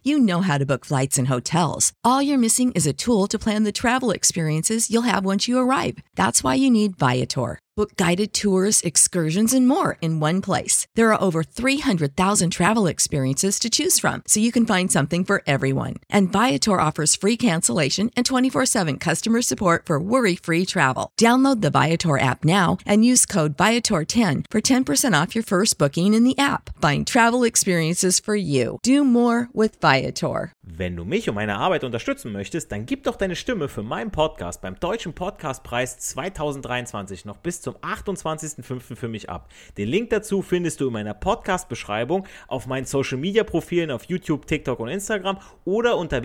You know how to book flights and hotels. All you're missing is a tool to plan the travel experiences you'll have once you arrive. That's why you need Viator. Book guided tours, excursions, and more in one place. There are over 300,000 travel experiences to choose from, so you can find something for everyone. And Viator offers free cancellation and 24/7 customer support for worry-free travel. Download the Viator app now and use code Viator10 for 10% off your first booking in the app. Find travel experiences for you. Do more with Viator. Wenn du mich und meine Arbeit unterstützen möchtest, dann gib doch deine Stimme für meinen Podcast beim Deutschen Podcastpreis 2023 noch bis zum 28.05. für mich ab. Den Link dazu findest du in meiner Podcast-Beschreibung, auf meinen Social-Media-Profilen auf YouTube, TikTok und Instagram oder unter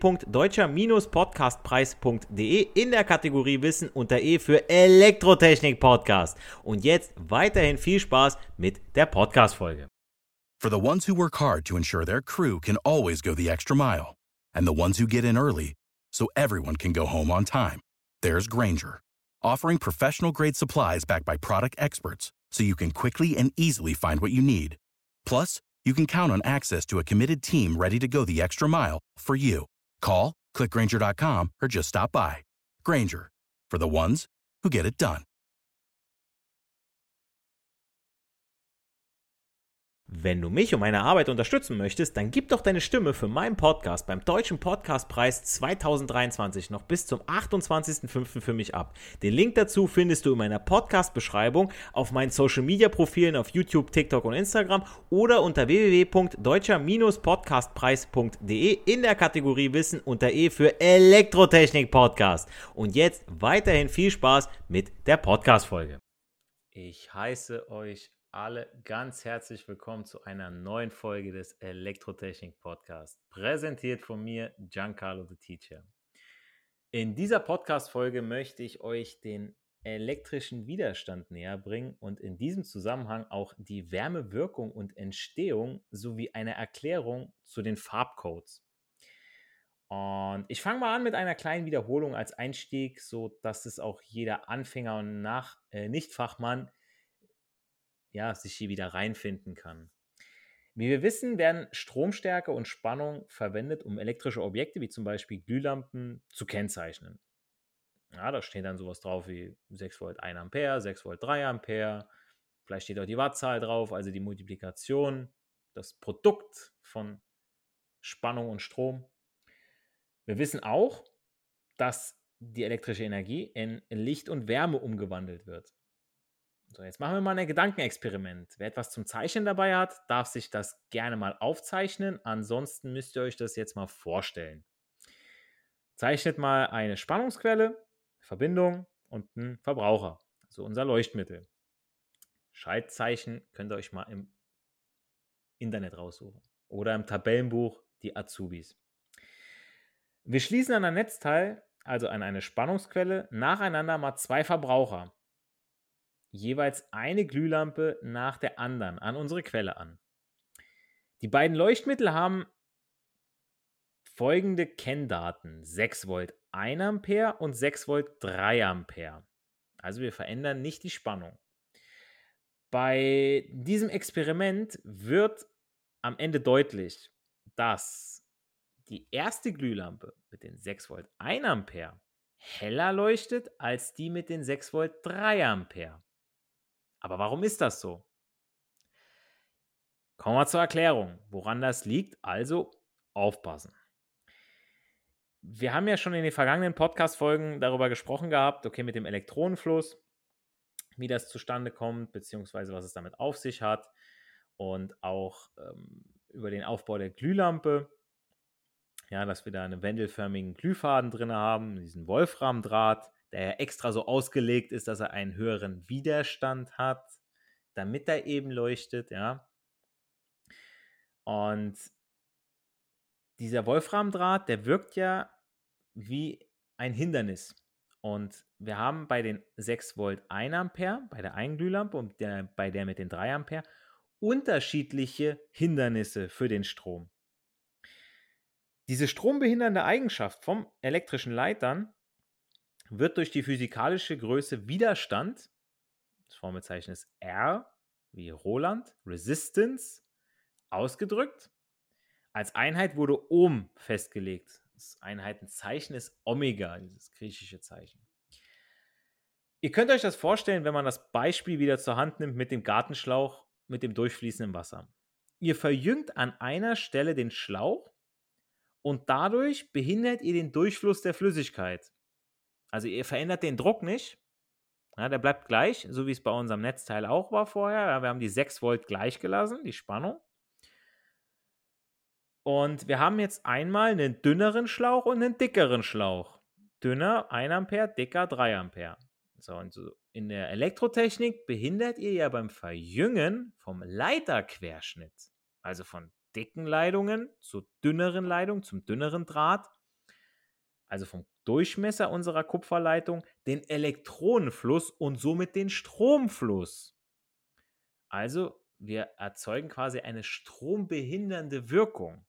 www.deutscher-podcastpreis.de in der Kategorie Wissen unter E für Elektrotechnik-Podcast. Und jetzt weiterhin viel Spaß mit der Podcast-Folge. For the ones who work hard to ensure their crew can always go the extra mile, and the ones who get in early so everyone can go home on time, there's Grainger, offering professional-grade supplies backed by product experts so you can quickly and easily find what you need. Plus, you can count on access to a committed team ready to go the extra mile for you. Call, click Grainger.com, or just stop by. Grainger, for the ones who get it done. Wenn du mich und meine Arbeit unterstützen möchtest, dann gib doch deine Stimme für meinen Podcast beim Deutschen Podcastpreis 2023 noch bis zum 28.05. für mich ab. Den Link dazu findest du in meiner Podcast-Beschreibung, auf meinen Social-Media-Profilen auf YouTube, TikTok und Instagram oder unter www.deutscher-podcastpreis.de in der Kategorie Wissen unter E für Elektrotechnik-Podcast. Und jetzt weiterhin viel Spaß mit der Podcast-Folge. Ich heiße euch alle ganz herzlich willkommen zu einer neuen Folge des Elektrotechnik-Podcasts, präsentiert von mir, Giancarlo the Teacher. In dieser Podcast-Folge möchte ich euch den elektrischen Widerstand näher bringen und in diesem Zusammenhang auch die Wärmewirkung und Entstehung sowie eine Erklärung zu den Farbcodes. Und ich fange mal an mit einer kleinen Wiederholung als Einstieg, so dass es auch jeder Anfänger und Nicht-Fachmann sich hier wieder reinfinden kann. Wie wir wissen, werden Stromstärke und Spannung verwendet, um elektrische Objekte wie zum Beispiel Glühlampen zu kennzeichnen. Ja, da steht dann sowas drauf wie 6 Volt 1 Ampere, 6 Volt 3 Ampere. Vielleicht steht auch die Wattzahl drauf, also die Multiplikation, das Produkt von Spannung und Strom. Wir wissen auch, dass die elektrische Energie in Licht und Wärme umgewandelt wird. So, jetzt machen wir mal ein Gedankenexperiment. Wer etwas zum Zeichnen dabei hat, darf sich das gerne mal aufzeichnen. Ansonsten müsst ihr euch das jetzt mal vorstellen. Zeichnet mal eine Spannungsquelle, Verbindung und einen Verbraucher, also unser Leuchtmittel. Schaltzeichen könnt ihr euch mal im Internet raussuchen oder im Tabellenbuch die Azubis. Wir schließen an ein Netzteil, also an eine Spannungsquelle, nacheinander mal 2 Verbraucher. Jeweils eine Glühlampe nach der anderen an unsere Quelle an. Die beiden Leuchtmittel haben folgende Kenndaten: 6 Volt 1 Ampere und 6 Volt 3 Ampere. Also wir verändern nicht die Spannung. Bei diesem Experiment wird am Ende deutlich, dass die erste Glühlampe mit den 6 Volt 1 Ampere heller leuchtet als die mit den 6 Volt 3 Ampere. Aber warum ist das so? Kommen wir zur Erklärung, woran das liegt, also aufpassen. Wir haben ja schon in den vergangenen Podcast-Folgen darüber gesprochen gehabt, okay, mit dem Elektronenfluss, wie das zustande kommt, beziehungsweise was es damit auf sich hat und auch über den Aufbau der Glühlampe, ja, dass wir da einen wendelförmigen Glühfaden drin haben, diesen Wolframdraht, der ja extra so ausgelegt ist, dass er einen höheren Widerstand hat, damit er eben leuchtet, ja. Und dieser Wolframdraht, der wirkt ja wie ein Hindernis. Und wir haben bei den 6 Volt 1 Ampere, bei der einen Glühlampe und bei der mit den 3 Ampere, unterschiedliche Hindernisse für den Strom. Diese strombehindernde Eigenschaft vom elektrischen Leitern wird durch die physikalische Größe Widerstand, das Formelzeichen ist R, wie Roland, Resistance, ausgedrückt. Als Einheit wurde Ohm festgelegt. Das Einheitenzeichen ist Omega, dieses griechische Zeichen. Ihr könnt euch das vorstellen, wenn man das Beispiel wieder zur Hand nimmt mit dem Gartenschlauch mit dem durchfließenden Wasser. Ihr verjüngt an einer Stelle den Schlauch und dadurch behindert ihr den Durchfluss der Flüssigkeit. Also ihr verändert den Druck nicht. Ja, der bleibt gleich, so wie es bei unserem Netzteil auch war vorher. Ja, wir haben die 6 Volt gleich gelassen, die Spannung. Und wir haben jetzt einmal einen dünneren Schlauch und einen dickeren Schlauch. Dünner 1 Ampere, dicker 3 Ampere. So, und so in der Elektrotechnik behindert ihr ja beim Verjüngen vom Leiterquerschnitt, also von dicken Leitungen zu dünneren Leitungen, zum dünneren Draht, also vom Durchmesser unserer Kupferleitung, den Elektronenfluss und somit den Stromfluss. Also wir erzeugen quasi eine strombehindernde Wirkung.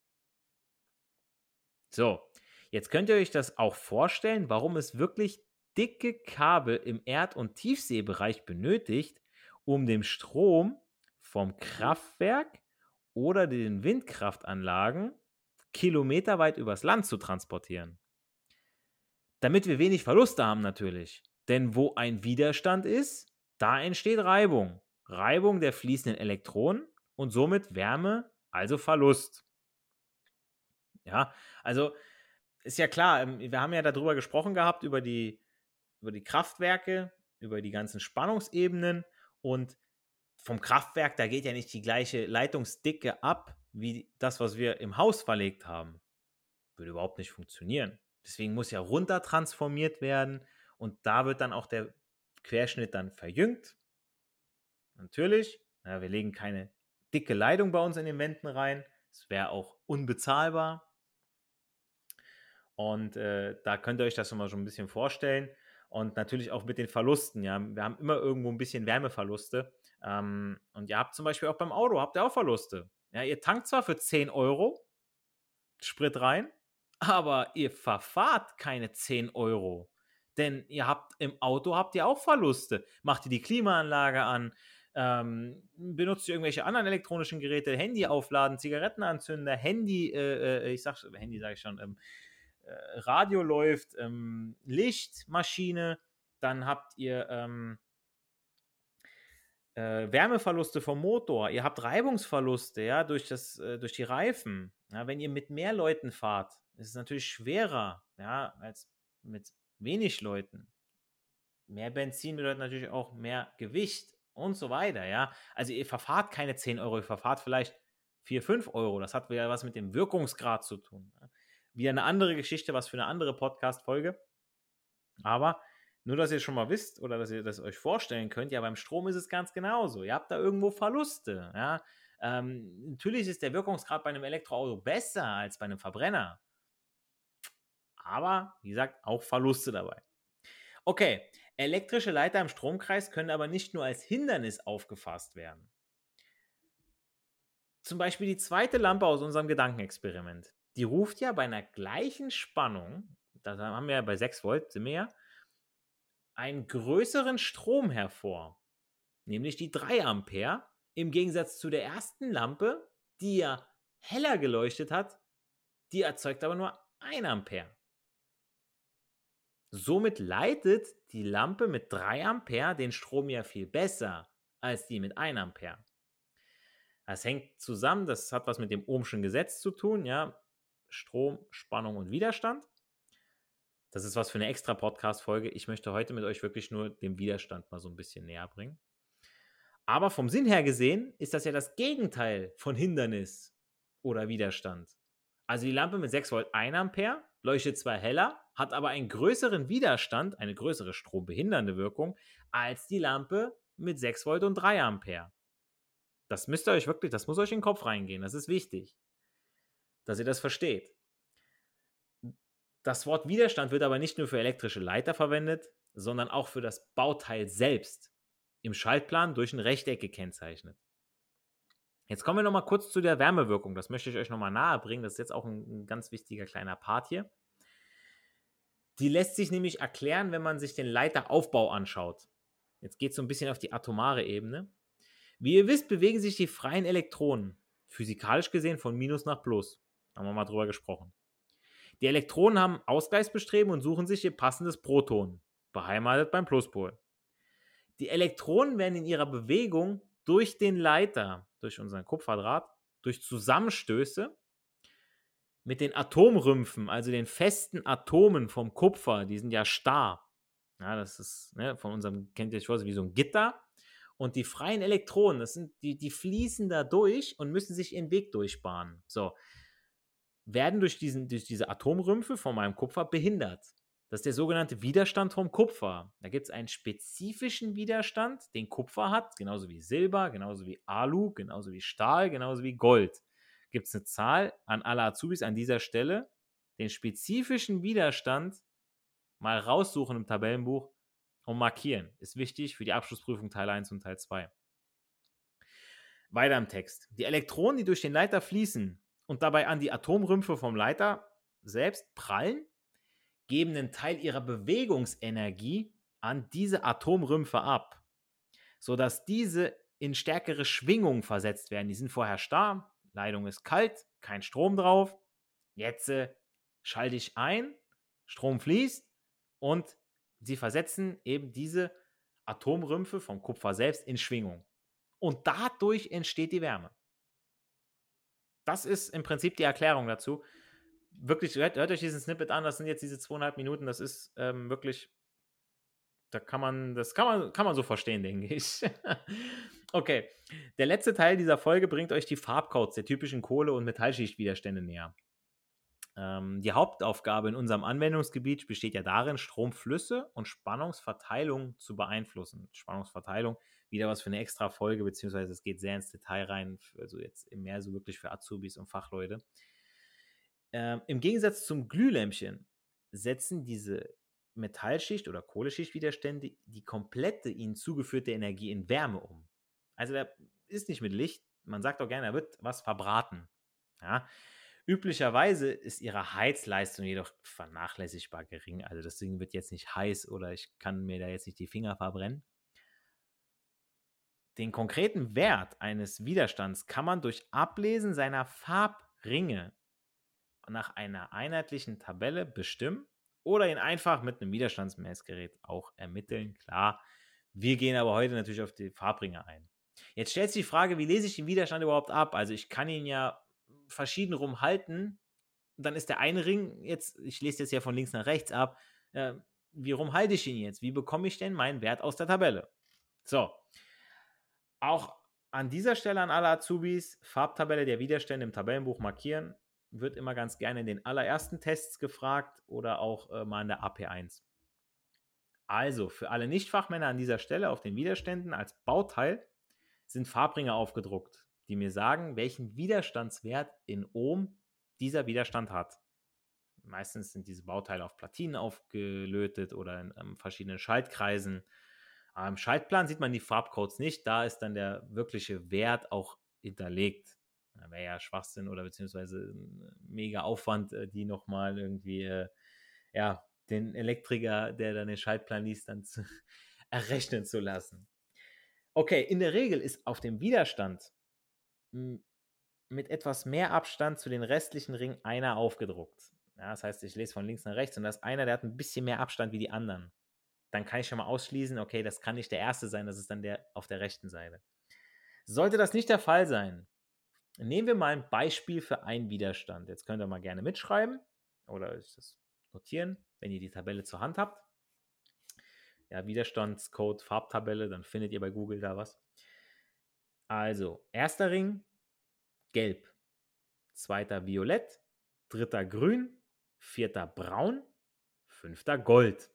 So, jetzt könnt ihr euch das auch vorstellen, warum es wirklich dicke Kabel im Erd- und Tiefseebereich benötigt, um den Strom vom Kraftwerk oder den Windkraftanlagen kilometerweit übers Land zu transportieren. Damit wir wenig Verluste haben natürlich. Denn wo ein Widerstand ist, da entsteht Reibung. Reibung der fließenden Elektronen und somit Wärme, also Verlust. Ja, also ist ja klar, wir haben ja darüber gesprochen gehabt, über die Kraftwerke, über die ganzen Spannungsebenen und vom Kraftwerk, da geht ja nicht die gleiche Leitungsdicke ab, wie das, was wir im Haus verlegt haben. Würde überhaupt nicht funktionieren. Deswegen muss ja runter transformiert werden und da wird dann auch der Querschnitt dann verjüngt. Natürlich, ja, wir legen keine dicke Leitung bei uns in den Wänden rein. Das wäre auch unbezahlbar. Und da könnt ihr euch das schon mal so ein bisschen vorstellen. Und natürlich auch mit den Verlusten. Ja. Wir haben immer irgendwo ein bisschen Wärmeverluste. Und ihr habt zum Beispiel auch beim Auto, habt ihr auch Verluste. Ja, ihr tankt zwar für 10 Euro Sprit rein, aber ihr verfahrt keine 10 Euro. Denn im Auto habt ihr auch Verluste. Macht ihr die Klimaanlage an, benutzt ihr irgendwelche anderen elektronischen Geräte, Handy aufladen, Zigarettenanzünder, Handy sage ich schon, Radio läuft, Licht, Maschine, dann habt ihr Wärmeverluste vom Motor, ihr habt Reibungsverluste, ja, durch die Reifen. Ja, wenn ihr mit mehr Leuten fahrt, ist es natürlich schwerer, ja, als mit wenig Leuten. Mehr Benzin bedeutet natürlich auch mehr Gewicht und so weiter, ja. Also ihr verfahrt keine 10 Euro, ihr verfahrt vielleicht 4, 5 Euro. Das hat wieder was mit dem Wirkungsgrad zu tun. Ja. Wieder eine andere Geschichte, was für eine andere Podcast-Folge. Aber nur, dass ihr schon mal wisst oder dass ihr das euch vorstellen könnt, ja, beim Strom ist es ganz genauso. Ihr habt da irgendwo Verluste, ja. Natürlich ist der Wirkungsgrad bei einem Elektroauto besser als bei einem Verbrenner. Aber, wie gesagt, auch Verluste dabei. Okay, elektrische Leiter im Stromkreis können aber nicht nur als Hindernis aufgefasst werden. Zum Beispiel die zweite Lampe aus unserem Gedankenexperiment. Die ruft ja bei einer gleichen Spannung, da haben wir ja bei 6 Volt, sind wir ja, einen größeren Strom hervor, nämlich die 3 Ampere, im Gegensatz zu der ersten Lampe, die ja heller geleuchtet hat, die erzeugt aber nur 1 Ampere. Somit leitet die Lampe mit 3 Ampere den Strom ja viel besser als die mit 1 Ampere. Das hängt zusammen, das hat was mit dem Ohmschen Gesetz zu tun, ja, Strom, Spannung und Widerstand. Das ist was für eine extra Podcast-Folge. Ich möchte heute mit euch wirklich nur den Widerstand mal so ein bisschen näher bringen. Aber vom Sinn her gesehen ist das ja das Gegenteil von Hindernis oder Widerstand. Also die Lampe mit 6 Volt 1 Ampere leuchtet zwar heller, hat aber einen größeren Widerstand, eine größere strombehindernde Wirkung, als die Lampe mit 6 Volt und 3 Ampere. Das müsst ihr euch wirklich, das muss euch in den Kopf reingehen. Das ist wichtig, dass ihr das versteht. Das Wort Widerstand wird aber nicht nur für elektrische Leiter verwendet, sondern auch für das Bauteil selbst. Im Schaltplan durch ein Rechteck gekennzeichnet. Jetzt kommen wir nochmal kurz zu der Wärmewirkung. Das möchte ich euch nochmal nahe bringen. Das ist jetzt auch ein ganz wichtiger kleiner Part hier. Die lässt sich nämlich erklären, wenn man sich den Leiteraufbau anschaut. Jetzt geht es so ein bisschen auf die atomare Ebene. Wie ihr wisst, bewegen sich die freien Elektronen, physikalisch gesehen, von Minus nach Plus. Haben wir mal drüber gesprochen. Die Elektronen haben Ausgleichsbestreben und suchen sich ihr passendes Proton, beheimatet beim Pluspol. Die Elektronen werden in ihrer Bewegung durch den Leiter, durch unseren Kupferdraht, durch Zusammenstöße mit den Atomrümpfen, also den festen Atomen vom Kupfer, die sind ja starr. Ja, das ist von unserem, kennt ihr euch vor, wie so ein Gitter. Und die freien Elektronen, das sind die fließen da durch und müssen sich ihren Weg durchbahnen. So, werden durch diese Atomrümpfe von meinem Kupfer behindert. Das ist der sogenannte Widerstand vom Kupfer. Da gibt es einen spezifischen Widerstand, den Kupfer hat, genauso wie Silber, genauso wie Alu, genauso wie Stahl, genauso wie Gold. Gibt es eine Zahl an alle Azubis an dieser Stelle, den spezifischen Widerstand mal raussuchen im Tabellenbuch und markieren. Ist wichtig für die Abschlussprüfung Teil 1 und Teil 2. Weiter im Text. Die Elektronen, die durch den Leiter fließen und dabei an die Atomrümpfe vom Leiter selbst prallen, geben einen Teil ihrer Bewegungsenergie an diese Atomrümpfe ab, sodass diese in stärkere Schwingungen versetzt werden. Die sind vorher starr, Leitung ist kalt, kein Strom drauf. Jetzt schalte ich ein, Strom fließt und sie versetzen eben diese Atomrümpfe vom Kupfer selbst in Schwingung. Und dadurch entsteht die Wärme. Das ist im Prinzip die Erklärung dazu. Wirklich, hört euch diesen Snippet an, das sind jetzt diese 2,5 Minuten, das ist wirklich, das kann man so verstehen, denke ich. Okay, der letzte Teil dieser Folge bringt euch die Farbcodes der typischen Kohle- und Metallschichtwiderstände näher. Die Hauptaufgabe in unserem Anwendungsgebiet besteht ja darin, Stromflüsse und Spannungsverteilung zu beeinflussen. Spannungsverteilung, wieder was für eine extra Folge, beziehungsweise es geht sehr ins Detail rein, also jetzt mehr so wirklich für Azubis und Fachleute. Im Gegensatz zum Glühlämpchen setzen diese Metallschicht- oder Kohleschichtwiderstände die komplette ihnen zugeführte Energie in Wärme um. Also da ist nicht mit Licht, man sagt auch gerne, da wird was verbraten. Ja? Üblicherweise ist ihre Heizleistung jedoch vernachlässigbar gering. Also das Ding wird jetzt nicht heiß oder ich kann mir da jetzt nicht die Finger verbrennen. Den konkreten Wert eines Widerstands kann man durch Ablesen seiner Farbringe nach einer einheitlichen Tabelle bestimmen oder ihn einfach mit einem Widerstandsmessgerät auch ermitteln. Klar, wir gehen aber heute natürlich auf die Farbringe ein. Jetzt stellt sich die Frage, wie lese ich den Widerstand überhaupt ab? Also ich kann ihn ja verschieden rum halten. Dann ist der eine Ring jetzt, ich lese jetzt ja von links nach rechts ab, wie rum halte ich ihn jetzt? Wie bekomme ich denn meinen Wert aus der Tabelle? So, auch an dieser Stelle an alle Azubis, Farbtabelle der Widerstände im Tabellenbuch markieren, wird immer ganz gerne in den allerersten Tests gefragt oder auch mal in der AP1. Also, für alle Nichtfachmänner an dieser Stelle auf den Widerständen als Bauteil sind Farbringe aufgedruckt, die mir sagen, welchen Widerstandswert in Ohm dieser Widerstand hat. Meistens sind diese Bauteile auf Platinen aufgelötet oder in verschiedenen Schaltkreisen. Aber im Schaltplan sieht man die Farbcodes nicht. Da ist dann der wirkliche Wert auch hinterlegt. Da wäre ja Schwachsinn oder beziehungsweise mega Aufwand, die nochmal irgendwie, den Elektriker, der dann den Schaltplan liest, dann errechnen zu lassen. Okay, in der Regel ist auf dem Widerstand mit etwas mehr Abstand zu den restlichen Ringen einer aufgedruckt. Ja, das heißt, ich lese von links nach rechts und da ist einer, der hat ein bisschen mehr Abstand wie die anderen. Dann kann ich schon mal ausschließen, okay, das kann nicht der erste sein, das ist dann der auf der rechten Seite. Sollte das nicht der Fall sein, nehmen wir mal ein Beispiel für einen Widerstand. Jetzt könnt ihr mal gerne mitschreiben oder euch das notieren, wenn ihr die Tabelle zur Hand habt. Ja, Widerstandscode, Farbtabelle, dann findet ihr bei Google da was. Also, erster Ring, gelb. Zweiter violett. Dritter grün. Vierter braun. Fünfter gold.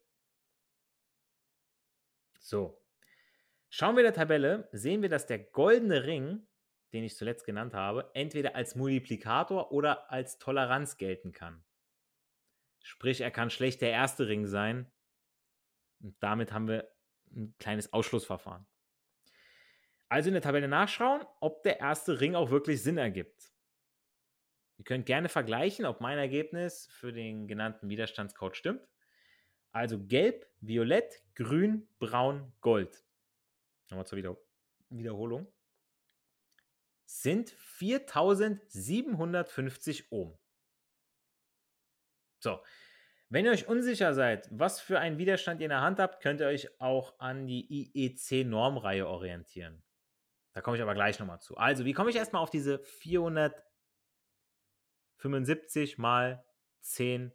So. Schauen wir in der Tabelle, sehen wir, dass der goldene Ring, den ich zuletzt genannt habe, entweder als Multiplikator oder als Toleranz gelten kann. Sprich, er kann schlecht der erste Ring sein. Und damit haben wir ein kleines Ausschlussverfahren. Also in der Tabelle nachschauen, ob der erste Ring auch wirklich Sinn ergibt. Ihr könnt gerne vergleichen, ob mein Ergebnis für den genannten Widerstandscode stimmt. Also gelb, violett, grün, braun, gold. Nochmal zur Wiederholung. Sind 4750 Ohm. So, wenn ihr euch unsicher seid, was für einen Widerstand ihr in der Hand habt, könnt ihr euch auch an die IEC-Normreihe orientieren. Da komme ich aber gleich nochmal zu. Also, wie komme ich erstmal auf diese 475 mal 10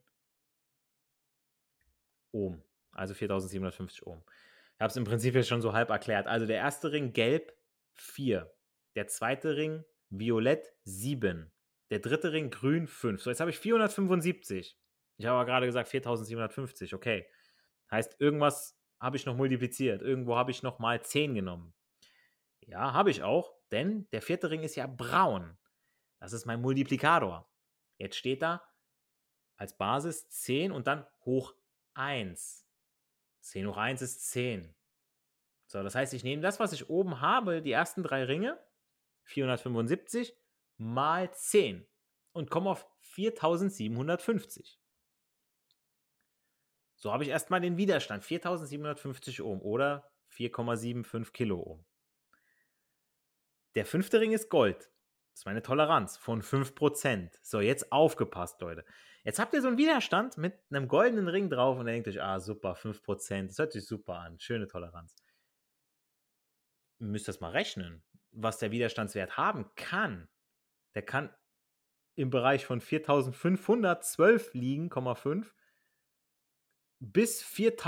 Ohm? Also 4750 Ohm. Ich habe es im Prinzip jetzt schon so halb erklärt. Also der erste Ring gelb 4. Der zweite Ring violett 7. Der dritte Ring grün 5. So, jetzt habe ich 475. Ich habe aber gerade gesagt 4750. Okay. Heißt, irgendwas habe ich noch multipliziert. Irgendwo habe ich noch mal 10 genommen. Ja, habe ich auch, denn der vierte Ring ist ja braun. Das ist mein Multiplikator. Jetzt steht da als Basis 10 und dann hoch 1. 10 hoch 1 ist 10. So, das heißt, ich nehme das, was ich oben habe, die ersten 3 Ringe, 475 mal 10 und komme auf 4750. So habe ich erstmal den Widerstand, 4750 Ohm oder 4,75 Kiloohm. Der fünfte Ring ist Gold. Das ist meine Toleranz von 5%. So, jetzt aufgepasst, Leute. Jetzt habt ihr so einen Widerstand mit einem goldenen Ring drauf und ihr denkt euch, super, 5%. Das hört sich super an. Schöne Toleranz. Ihr müsst das mal rechnen, was der Widerstandswert haben kann. Der kann im Bereich von 4512 liegen, 5, bis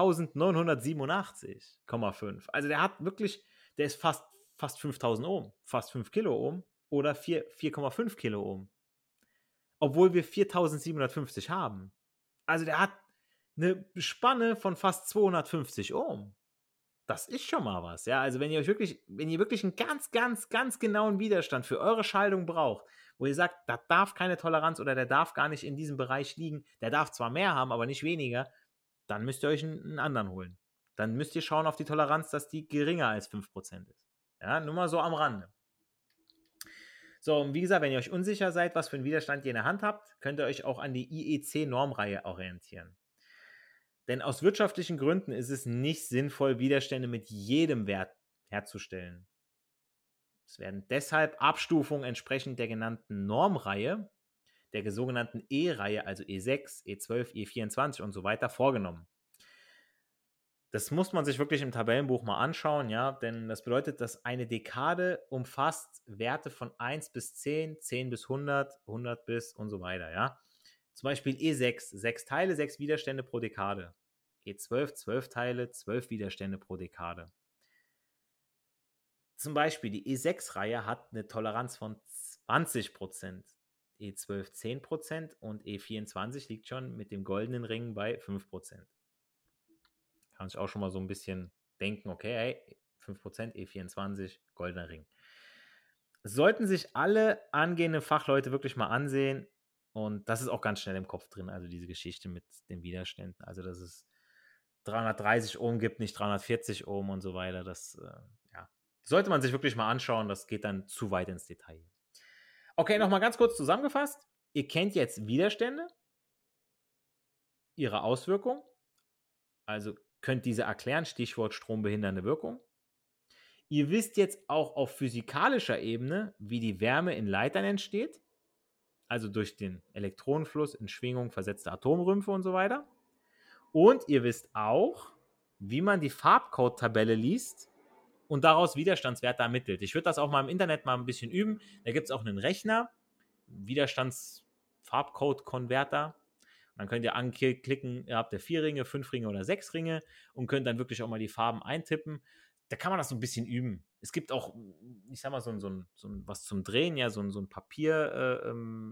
4987,5. Also der hat wirklich, der ist fast 5000 Ohm, fast 5 Kiloohm oder 4,5 Kiloohm. Obwohl wir 4750 haben. Also der hat eine Spanne von fast 250 Ohm. Das ist schon mal was, ja. Also wenn ihr wirklich einen ganz, ganz, ganz genauen Widerstand für eure Schaltung braucht, wo ihr sagt, da darf keine Toleranz oder der darf gar nicht in diesem Bereich liegen, der darf zwar mehr haben, aber nicht weniger, dann müsst ihr euch einen anderen holen. Dann müsst ihr schauen auf die Toleranz, dass die geringer als 5% ist. Ja, nur mal so am Rande. So, und wie gesagt, wenn ihr euch unsicher seid, was für einen Widerstand ihr in der Hand habt, könnt ihr euch auch an die IEC-Normreihe orientieren. Denn aus wirtschaftlichen Gründen ist es nicht sinnvoll, Widerstände mit jedem Wert herzustellen. Es werden deshalb Abstufungen entsprechend der genannten Normreihe, der sogenannten E-Reihe, also E6, E12, E24 und so weiter, vorgenommen. Das muss man sich wirklich im Tabellenbuch mal anschauen, ja, denn das bedeutet, dass eine Dekade umfasst Werte von 1 bis 10, 10 bis 100, 100 bis und so weiter, ja. Zum Beispiel E6, 6 Teile, 6 Widerstände pro Dekade. E12, 12 Teile, 12 Widerstände pro Dekade. Zum Beispiel die E6-Reihe hat eine Toleranz von 20%, E12 10% und E24 liegt schon mit dem goldenen Ring bei 5%. Kann sich auch schon mal so ein bisschen denken, okay, hey, 5%, E24, goldener Ring. Sollten sich alle angehenden Fachleute wirklich mal ansehen und das ist auch ganz schnell im Kopf drin, also diese Geschichte mit den Widerständen, also dass es 330 Ohm gibt, nicht 340 Ohm und so weiter, das sollte man sich wirklich mal anschauen, das geht dann zu weit ins Detail. Okay, nochmal ganz kurz zusammengefasst, ihr kennt jetzt Widerstände, ihre Auswirkung, also könnt diese erklären, Stichwort strombehindernde Wirkung. Ihr wisst jetzt auch auf physikalischer Ebene, wie die Wärme in Leitern entsteht, also durch den Elektronenfluss in Schwingung versetzte Atomrümpfe und so weiter. Und ihr wisst auch, wie man die Farbcode-Tabelle liest und daraus Widerstandswerte ermittelt. Ich würde das auch mal im Internet mal ein bisschen üben. Da gibt es auch einen Rechner, Widerstands-Farbcode-Konverter. Dann könnt ihr anklicken, ihr habt 4 Ringe, 5 Ringe oder 6 Ringe und könnt dann wirklich auch mal die Farben eintippen. Da kann man das so ein bisschen üben. Es gibt auch, ich sag mal, so ein was zum Drehen, ja, so ein Papier,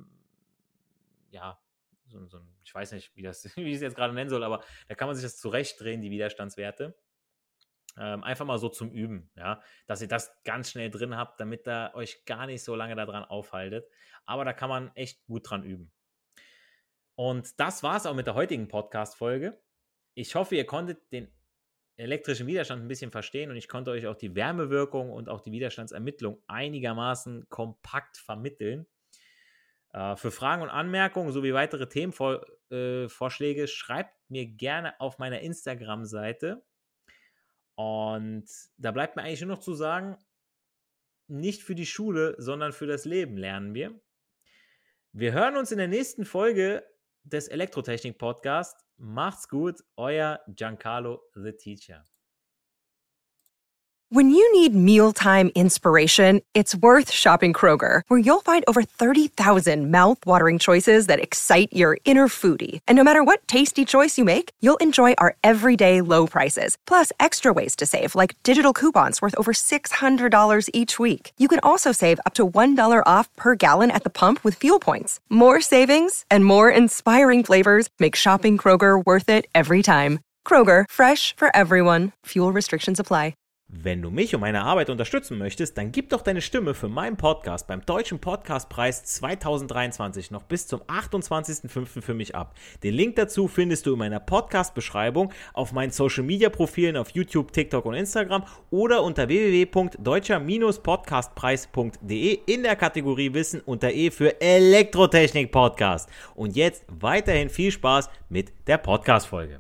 ich weiß nicht, wie ich es jetzt gerade nennen soll, aber da kann man sich das zurechtdrehen, die Widerstandswerte. Einfach mal so zum Üben, ja, dass ihr das ganz schnell drin habt, damit ihr euch gar nicht so lange daran aufhaltet. Aber da kann man echt gut dran üben. Und das war es auch mit der heutigen Podcast-Folge. Ich hoffe, ihr konntet den elektrischen Widerstand ein bisschen verstehen und ich konnte euch auch die Wärmewirkung und auch die Widerstandsermittlung einigermaßen kompakt vermitteln. Für Fragen und Anmerkungen sowie weitere Themenvorschläge schreibt mir gerne auf meiner Instagram-Seite. Und da bleibt mir eigentlich nur noch zu sagen, nicht für die Schule, sondern für das Leben lernen wir. Wir hören uns in der nächsten Folge des Elektrotechnik-Podcasts. Macht's gut, euer Giancarlo the Teacher. When you need mealtime inspiration, it's worth shopping Kroger, where you'll find over 30,000 mouth-watering choices that excite your inner foodie. And no matter what tasty choice you make, you'll enjoy our everyday low prices, plus extra ways to save, like digital coupons worth over $600 each week. You can also save up to $1 off per gallon at the pump with fuel points. More savings and more inspiring flavors make shopping Kroger worth it every time. Kroger, fresh for everyone. Fuel restrictions apply. Wenn du mich und meine Arbeit unterstützen möchtest, dann gib doch deine Stimme für meinen Podcast beim Deutschen Podcastpreis 2023 noch bis zum 28.05. für mich ab. Den Link dazu findest du in meiner Podcast-Beschreibung, auf meinen Social-Media-Profilen auf YouTube, TikTok und Instagram oder unter www.deutscher-podcastpreis.de in der Kategorie Wissen unter E für Elektrotechnik-Podcast. Und jetzt weiterhin viel Spaß mit der Podcast-Folge.